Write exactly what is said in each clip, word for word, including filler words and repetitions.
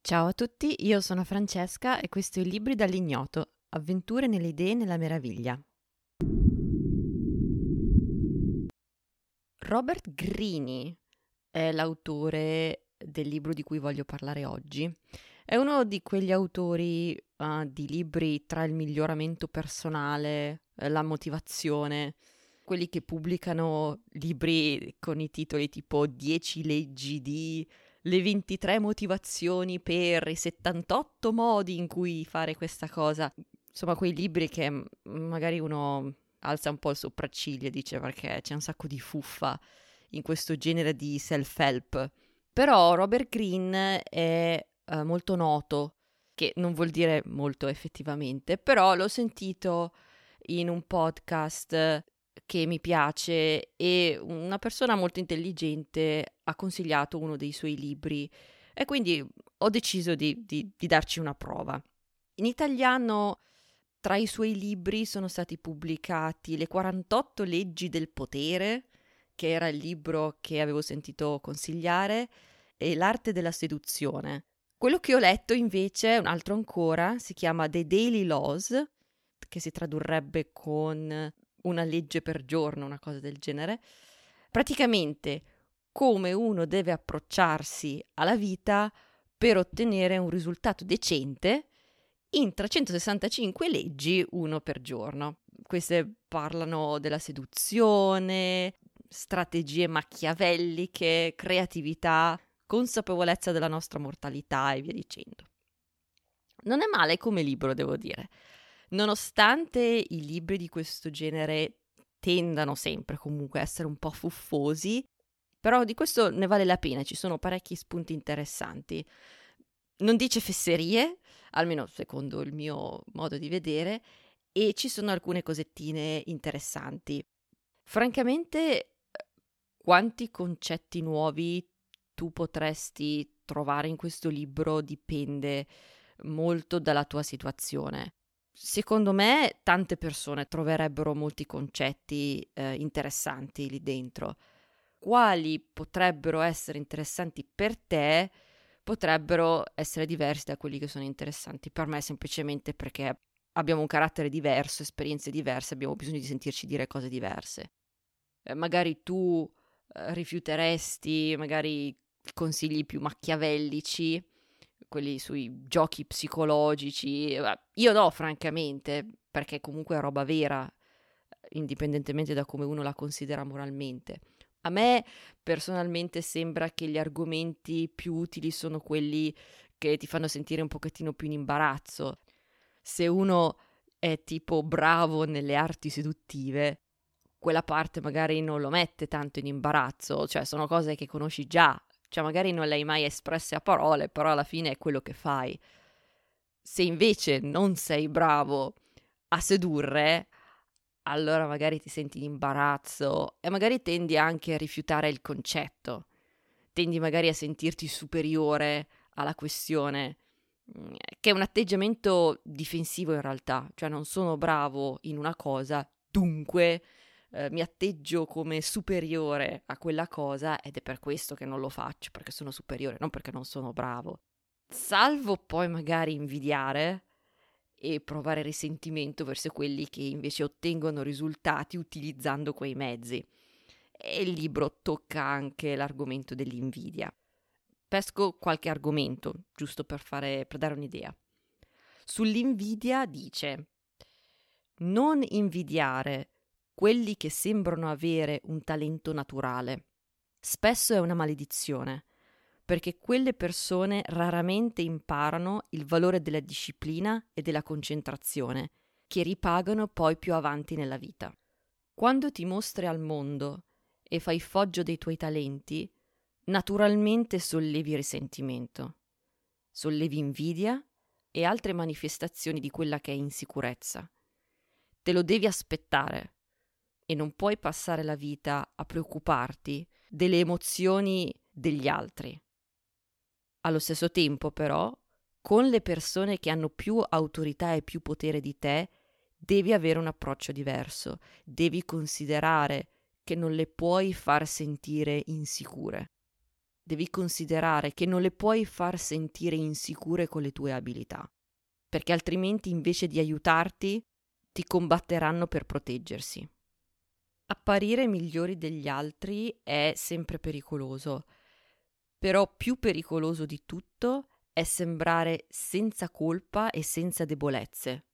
Ciao a tutti, io sono Francesca e questo è Libri dall'ignoto, avventure nelle idee e nella meraviglia. Robert Greene è l'autore del libro di cui voglio parlare oggi. È uno di quegli autori uh, di libri tra il miglioramento personale, eh, la motivazione, quelli che pubblicano libri con i titoli tipo dieci leggi di... le ventitré motivazioni per i settantotto modi in cui fare questa cosa. Insomma, quei libri che m- magari uno alza un po' il sopracciglio e dice perché c'è un sacco di fuffa in questo genere di self-help. Però Robert Greene è eh, molto noto, che non vuol dire molto effettivamente, però l'ho sentito in un podcast che mi piace e una persona molto intelligente ha consigliato uno dei suoi libri e quindi ho deciso di, di, di darci una prova. In italiano tra i suoi libri sono stati pubblicati Le quarantotto leggi del potere, che era il libro che avevo sentito consigliare, e L'arte della seduzione. Quello che ho letto invece, un altro ancora, si chiama The Daily Laws, che si tradurrebbe con una legge per giorno, una cosa del genere. Praticamente come uno deve approcciarsi alla vita per ottenere un risultato decente in trecentosessantacinque leggi, uno per giorno. Queste parlano della seduzione, strategie machiavelliche, creatività, consapevolezza della nostra mortalità e via dicendo. Non è male come libro, devo dire. Nonostante i libri di questo genere tendano sempre comunque a essere un po' fuffosi, però di questo ne vale la pena, ci sono parecchi spunti interessanti. Non dice fesserie, almeno secondo il mio modo di vedere, e ci sono alcune cosettine interessanti. Francamente, quanti concetti nuovi tu potresti trovare in questo libro dipende molto dalla tua situazione. Secondo me tante persone troverebbero molti concetti eh, interessanti lì dentro. Quali potrebbero essere interessanti per te potrebbero essere diversi da quelli che sono interessanti per me, semplicemente perché abbiamo un carattere diverso, esperienze diverse, abbiamo bisogno di sentirci dire cose diverse. Eh, magari tu eh, rifiuteresti magari consigli più machiavellici, quelli sui giochi psicologici. Eh, Io no, francamente, perché comunque è roba vera, indipendentemente da come uno la considera moralmente. A me personalmente sembra che gli argomenti più utili sono quelli che ti fanno sentire un pochettino più in imbarazzo. Se uno è tipo bravo nelle arti seduttive, quella parte magari non lo mette tanto in imbarazzo, cioè sono cose che conosci già, cioè magari non le hai mai espresse a parole, però alla fine è quello che fai. Se invece non sei bravo a sedurre, allora magari ti senti in imbarazzo e magari tendi anche a rifiutare il concetto, tendi magari a sentirti superiore alla questione, mm, che è un atteggiamento difensivo in realtà, cioè non sono bravo in una cosa, dunque eh, mi atteggio come superiore a quella cosa ed è per questo che non lo faccio, perché sono superiore, non perché non sono bravo. Salvo poi magari invidiare e provare risentimento verso quelli che invece ottengono risultati utilizzando quei mezzi. E il libro tocca anche l'argomento dell'invidia. Pesco qualche argomento, giusto per, fare, per dare un'idea. Sull'invidia dice: non invidiare quelli che sembrano avere un talento naturale. Spesso è una maledizione, perché quelle persone raramente imparano il valore della disciplina e della concentrazione, che ripagano poi più avanti nella vita. Quando ti mostri al mondo e fai foggio dei tuoi talenti, naturalmente sollevi risentimento, sollevi invidia e altre manifestazioni di quella che è insicurezza. Te lo devi aspettare e non puoi passare la vita a preoccuparti delle emozioni degli altri. Allo stesso tempo, però, con le persone che hanno più autorità e più potere di te, devi avere un approccio diverso, devi considerare che non le puoi far sentire insicure. devi considerare che non le puoi far sentire insicure con le tue abilità, perché altrimenti invece di aiutarti ti combatteranno per proteggersi. Apparire migliori degli altri è sempre pericoloso, però più pericoloso di tutto è sembrare senza colpa e senza debolezze.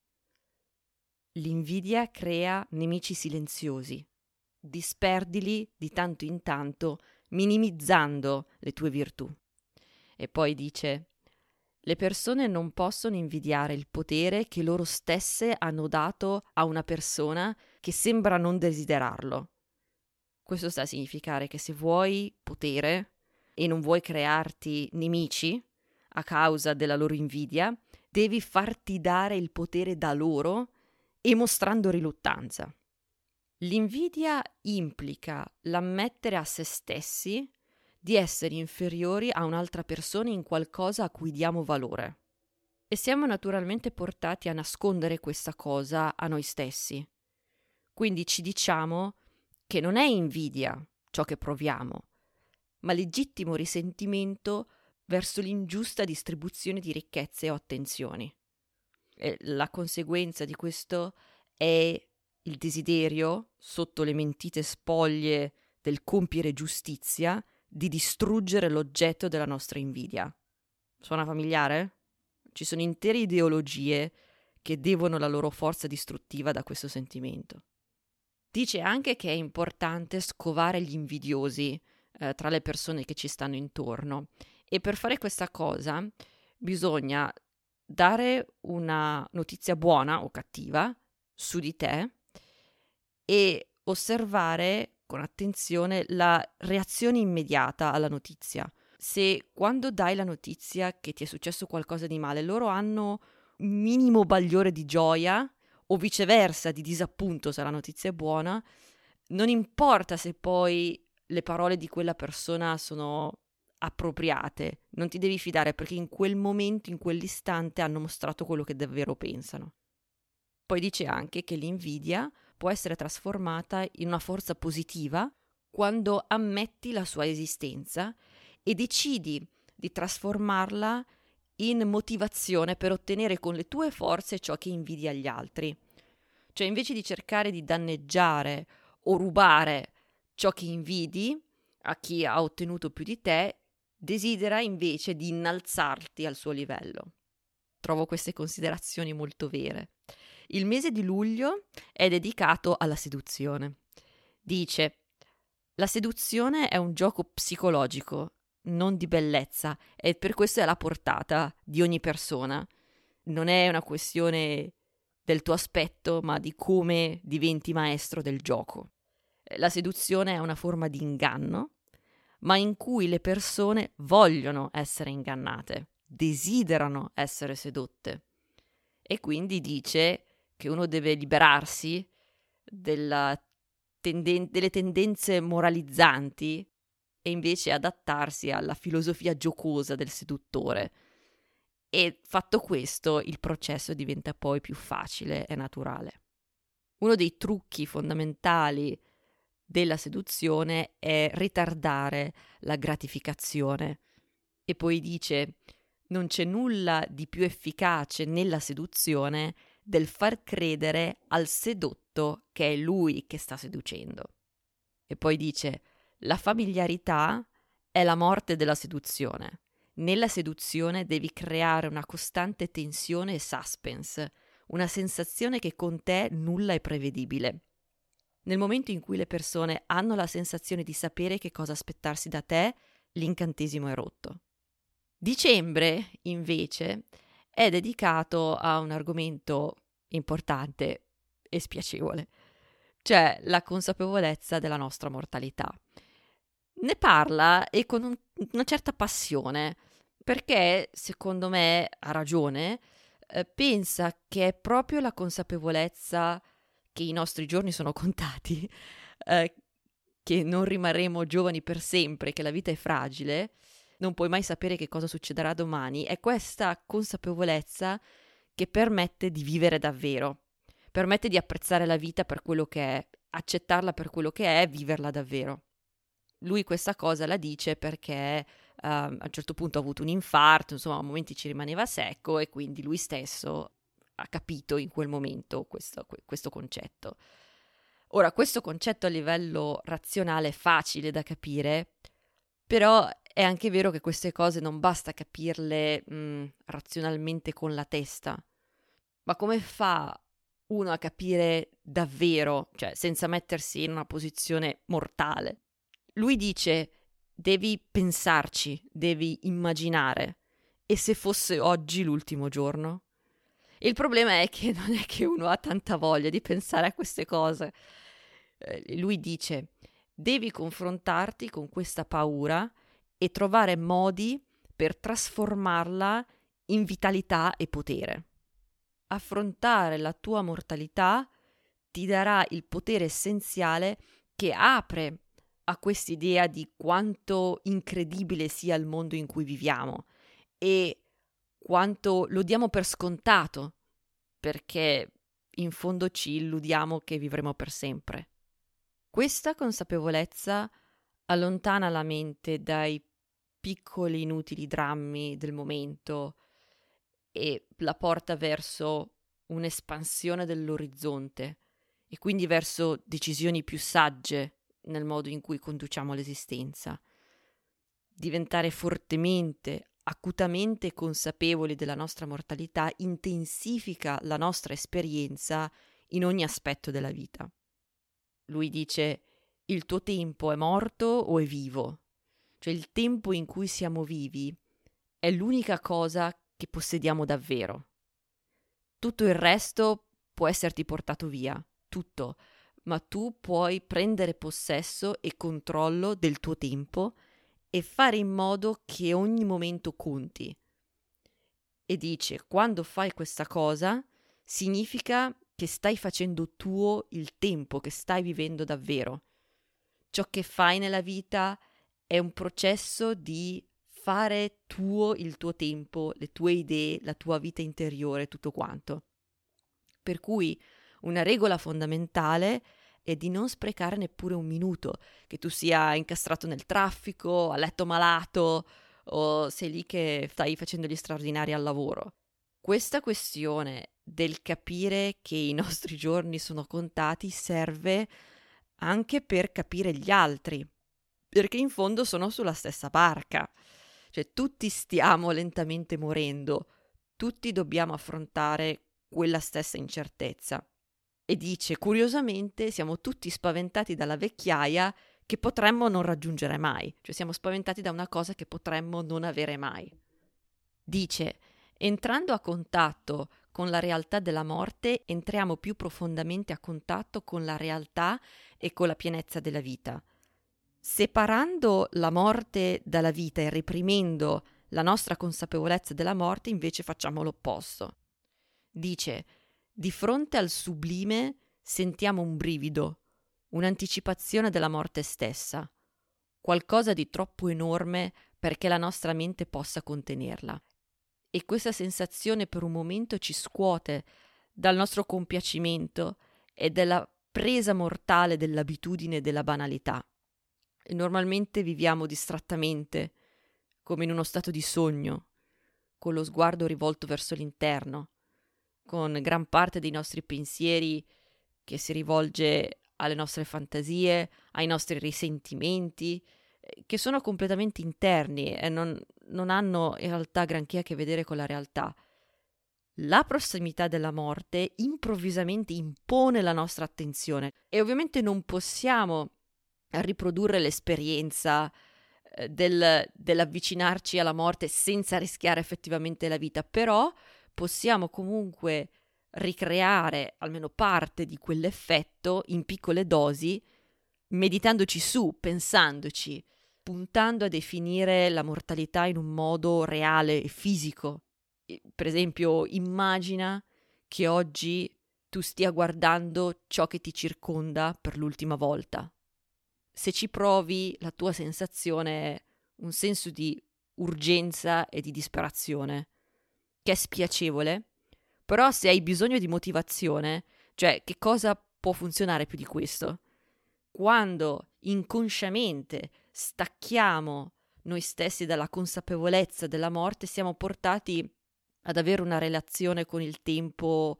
L'invidia crea nemici silenziosi. Disperdili di tanto in tanto, minimizzando le tue virtù. E poi dice: le persone non possono invidiare il potere che loro stesse hanno dato a una persona che sembra non desiderarlo. Questo sta a significare che se vuoi potere e non vuoi crearti nemici a causa della loro invidia, devi farti dare il potere da loro e mostrando riluttanza. L'invidia implica l'ammettere a se stessi di essere inferiori a un'altra persona in qualcosa a cui diamo valore. E siamo naturalmente portati a nascondere questa cosa a noi stessi. Quindi ci diciamo che non è invidia ciò che proviamo, ma legittimo risentimento verso l'ingiusta distribuzione di ricchezze o attenzioni. E la conseguenza di questo è il desiderio, sotto le mentite spoglie del compiere giustizia, di distruggere l'oggetto della nostra invidia. Suona familiare? Ci sono intere ideologie che devono la loro forza distruttiva da questo sentimento. Dice anche che è importante scovare gli invidiosi eh, tra le persone che ci stanno intorno, e per fare questa cosa bisogna dare una notizia buona o cattiva su di te e osservare con attenzione la reazione immediata alla notizia. Se quando dai la notizia che ti è successo qualcosa di male, loro hanno un minimo bagliore di gioia o viceversa di disappunto se la notizia è buona, non importa se poi le parole di quella persona sono appropriate, non ti devi fidare perché in quel momento, in quell'istante hanno mostrato quello che davvero pensano. Poi dice anche che l'invidia può essere trasformata in una forza positiva quando ammetti la sua esistenza e decidi di trasformarla in motivazione per ottenere con le tue forze ciò che invidi agli altri. Cioè, invece di cercare di danneggiare o rubare ciò che invidi a chi ha ottenuto più di te, desidera invece di innalzarti al suo livello. Trovo queste considerazioni molto vere. Il mese di luglio è dedicato alla seduzione. Dice: la seduzione è un gioco psicologico, non di bellezza, e per questo è alla portata di ogni persona. Non è una questione del tuo aspetto, ma di come diventi maestro del gioco. La seduzione è una forma di inganno, ma in cui le persone vogliono essere ingannate, desiderano essere sedotte. E quindi dice che uno deve liberarsi della tenden- delle tendenze moralizzanti e invece adattarsi alla filosofia giocosa del seduttore. E fatto questo, il processo diventa poi più facile e naturale. Uno dei trucchi fondamentali della seduzione è ritardare la gratificazione. E poi dice: non c'è nulla di più efficace nella seduzione del far credere al sedotto che è lui che sta seducendo. E poi dice: la familiarità è la morte della seduzione. Nella seduzione devi creare una costante tensione e suspense, una sensazione che con te nulla è prevedibile. Nel momento in cui le persone hanno la sensazione di sapere che cosa aspettarsi da te, l'incantesimo è rotto. Dicembre, invece, è dedicato a un argomento importante e spiacevole, cioè la consapevolezza della nostra mortalità. Ne parla e con un, una certa passione, perché, secondo me, ha ragione, eh, pensa che è proprio la consapevolezza che i nostri giorni sono contati, eh, che non rimarremo giovani per sempre, che la vita è fragile, non puoi mai sapere che cosa succederà domani, è questa consapevolezza che permette di vivere davvero, permette di apprezzare la vita per quello che è, accettarla per quello che è e viverla davvero. Lui questa cosa la dice perché uh, a un certo punto ha avuto un infarto, insomma a momenti ci rimaneva secco e quindi lui stesso ha capito in quel momento questo, questo concetto. Ora, questo concetto a livello razionale è facile da capire, però è anche vero che queste cose non basta capirle mh, razionalmente con la testa. Ma come fa uno a capire davvero, cioè senza mettersi in una posizione mortale? Lui dice, devi pensarci, devi immaginare. E se fosse oggi l'ultimo giorno? Il problema è che non è che uno ha tanta voglia di pensare a queste cose. Eh, lui dice, devi confrontarti con questa paura e trovare modi per trasformarla in vitalità e potere. Affrontare la tua mortalità ti darà il potere essenziale che apre a quest'idea di quanto incredibile sia il mondo in cui viviamo e quanto lo diamo per scontato, perché in fondo ci illudiamo che vivremo per sempre. Questa consapevolezza allontana la mente dai piccoli inutili drammi del momento e la porta verso un'espansione dell'orizzonte e quindi verso decisioni più sagge nel modo in cui conduciamo l'esistenza. Diventare fortemente, acutamente consapevoli della nostra mortalità intensifica la nostra esperienza in ogni aspetto della vita. Lui dice, il tuo tempo è morto o è vivo? Cioè il tempo in cui siamo vivi è l'unica cosa che possediamo davvero. Tutto il resto può esserti portato via, tutto, ma tu puoi prendere possesso e controllo del tuo tempo e fare in modo che ogni momento conti. E dice, quando fai questa cosa, significa che stai facendo tuo il tempo che stai vivendo davvero. Ciò che fai nella vita è un processo di fare tuo il tuo tempo, le tue idee, la tua vita interiore, tutto quanto. Per cui una regola fondamentale è di non sprecare neppure un minuto, che tu sia incastrato nel traffico, a letto malato o sei lì che stai facendo gli straordinari al lavoro. Questa questione del capire che i nostri giorni sono contati serve anche per capire gli altri, perché in fondo sono sulla stessa barca. Cioè tutti stiamo lentamente morendo, tutti dobbiamo affrontare quella stessa incertezza. E dice, curiosamente, siamo tutti spaventati dalla vecchiaia che potremmo non raggiungere mai, cioè siamo spaventati da una cosa che potremmo non avere mai. Dice, entrando a contatto con la realtà della morte, entriamo più profondamente a contatto con la realtà e con la pienezza della vita. Separando la morte dalla vita e reprimendo la nostra consapevolezza della morte, invece facciamo l'opposto. Dice, di fronte al sublime sentiamo un brivido, un'anticipazione della morte stessa, qualcosa di troppo enorme perché la nostra mente possa contenerla. E questa sensazione per un momento ci scuote dal nostro compiacimento e dalla presa mortale dell'abitudine e della banalità. E normalmente viviamo distrattamente, come in uno stato di sogno, con lo sguardo rivolto verso l'interno, con gran parte dei nostri pensieri che si rivolge alle nostre fantasie, ai nostri risentimenti, che sono completamente interni e non, non hanno in realtà granché a che vedere con la realtà. La prossimità della morte improvvisamente impone la nostra attenzione e ovviamente non possiamo riprodurre l'esperienza del, dell'avvicinarci alla morte senza rischiare effettivamente la vita, però possiamo comunque ricreare almeno parte di quell'effetto in piccole dosi, meditandoci su, pensandoci, puntando a definire la mortalità in un modo reale e fisico. Per esempio, immagina che oggi tu stia guardando ciò che ti circonda per l'ultima volta. Se ci provi, la tua sensazione è un senso di urgenza e di disperazione, che è spiacevole, però se hai bisogno di motivazione, cioè che cosa può funzionare più di questo? Quando inconsciamente stacchiamo noi stessi dalla consapevolezza della morte, siamo portati ad avere una relazione con il tempo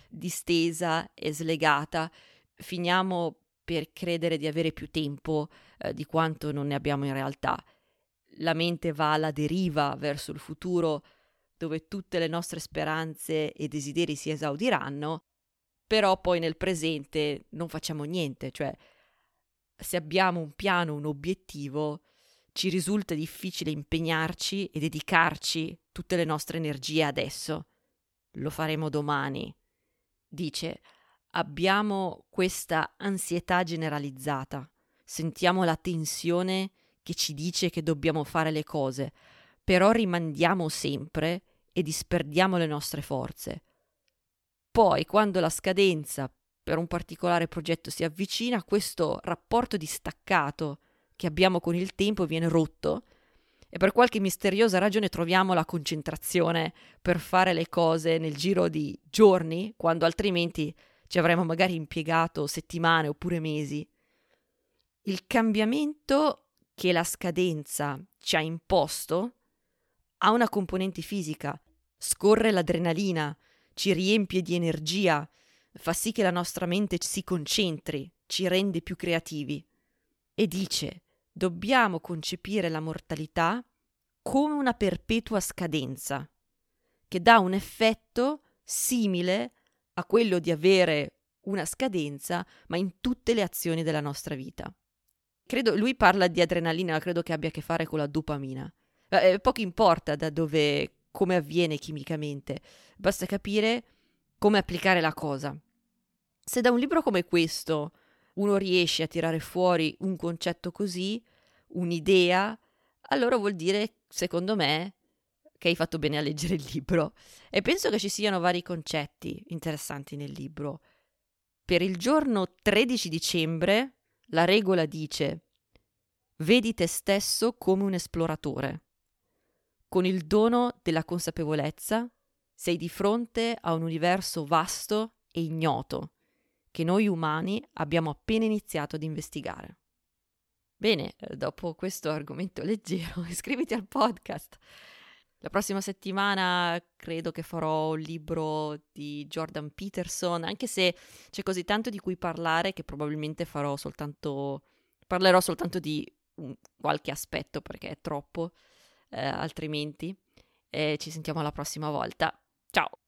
distesa e slegata. Finiamo per credere di avere più tempo eh, di quanto non ne abbiamo in realtà. La mente va alla deriva verso il futuro, dove tutte le nostre speranze e desideri si esaudiranno, però poi nel presente non facciamo niente, cioè se abbiamo un piano, un obiettivo, ci risulta difficile impegnarci e dedicarci tutte le nostre energie adesso. Lo faremo domani. Dice, abbiamo questa ansietà generalizzata, sentiamo la tensione che ci dice che dobbiamo fare le cose, però rimandiamo sempre e disperdiamo le nostre forze. Poi, quando la scadenza per un particolare progetto si avvicina, questo rapporto distaccato che abbiamo con il tempo viene rotto e per qualche misteriosa ragione troviamo la concentrazione per fare le cose nel giro di giorni, quando altrimenti ci avremmo magari impiegato settimane oppure mesi. Il cambiamento che la scadenza ci ha imposto ha una componente fisica, scorre l'adrenalina, ci riempie di energia, fa sì che la nostra mente si concentri, ci rende più creativi. E dice, dobbiamo concepire la mortalità come una perpetua scadenza, che dà un effetto simile a quello di avere una scadenza, ma in tutte le azioni della nostra vita. Credo, lui parla di adrenalina, credo che abbia a che fare con la dopamina. Eh, poco importa da dove, come avviene chimicamente, basta capire come applicare la cosa. Se da un libro come questo uno riesce a tirare fuori un concetto così, un'idea, allora vuol dire, secondo me, che hai fatto bene a leggere il libro. E penso che ci siano vari concetti interessanti nel libro. Per il giorno tredici dicembre la regola dice: vedi te stesso come un esploratore. Con il dono della consapevolezza sei di fronte a un universo vasto e ignoto che noi umani abbiamo appena iniziato ad investigare. Bene, dopo questo argomento leggero, iscriviti al podcast. La prossima settimana credo che farò un libro di Jordan Peterson, anche se c'è così tanto di cui parlare che probabilmente farò soltanto, parlerò soltanto di un, qualche aspetto perché è troppo, eh, altrimenti. E ci sentiamo la prossima volta. Ciao!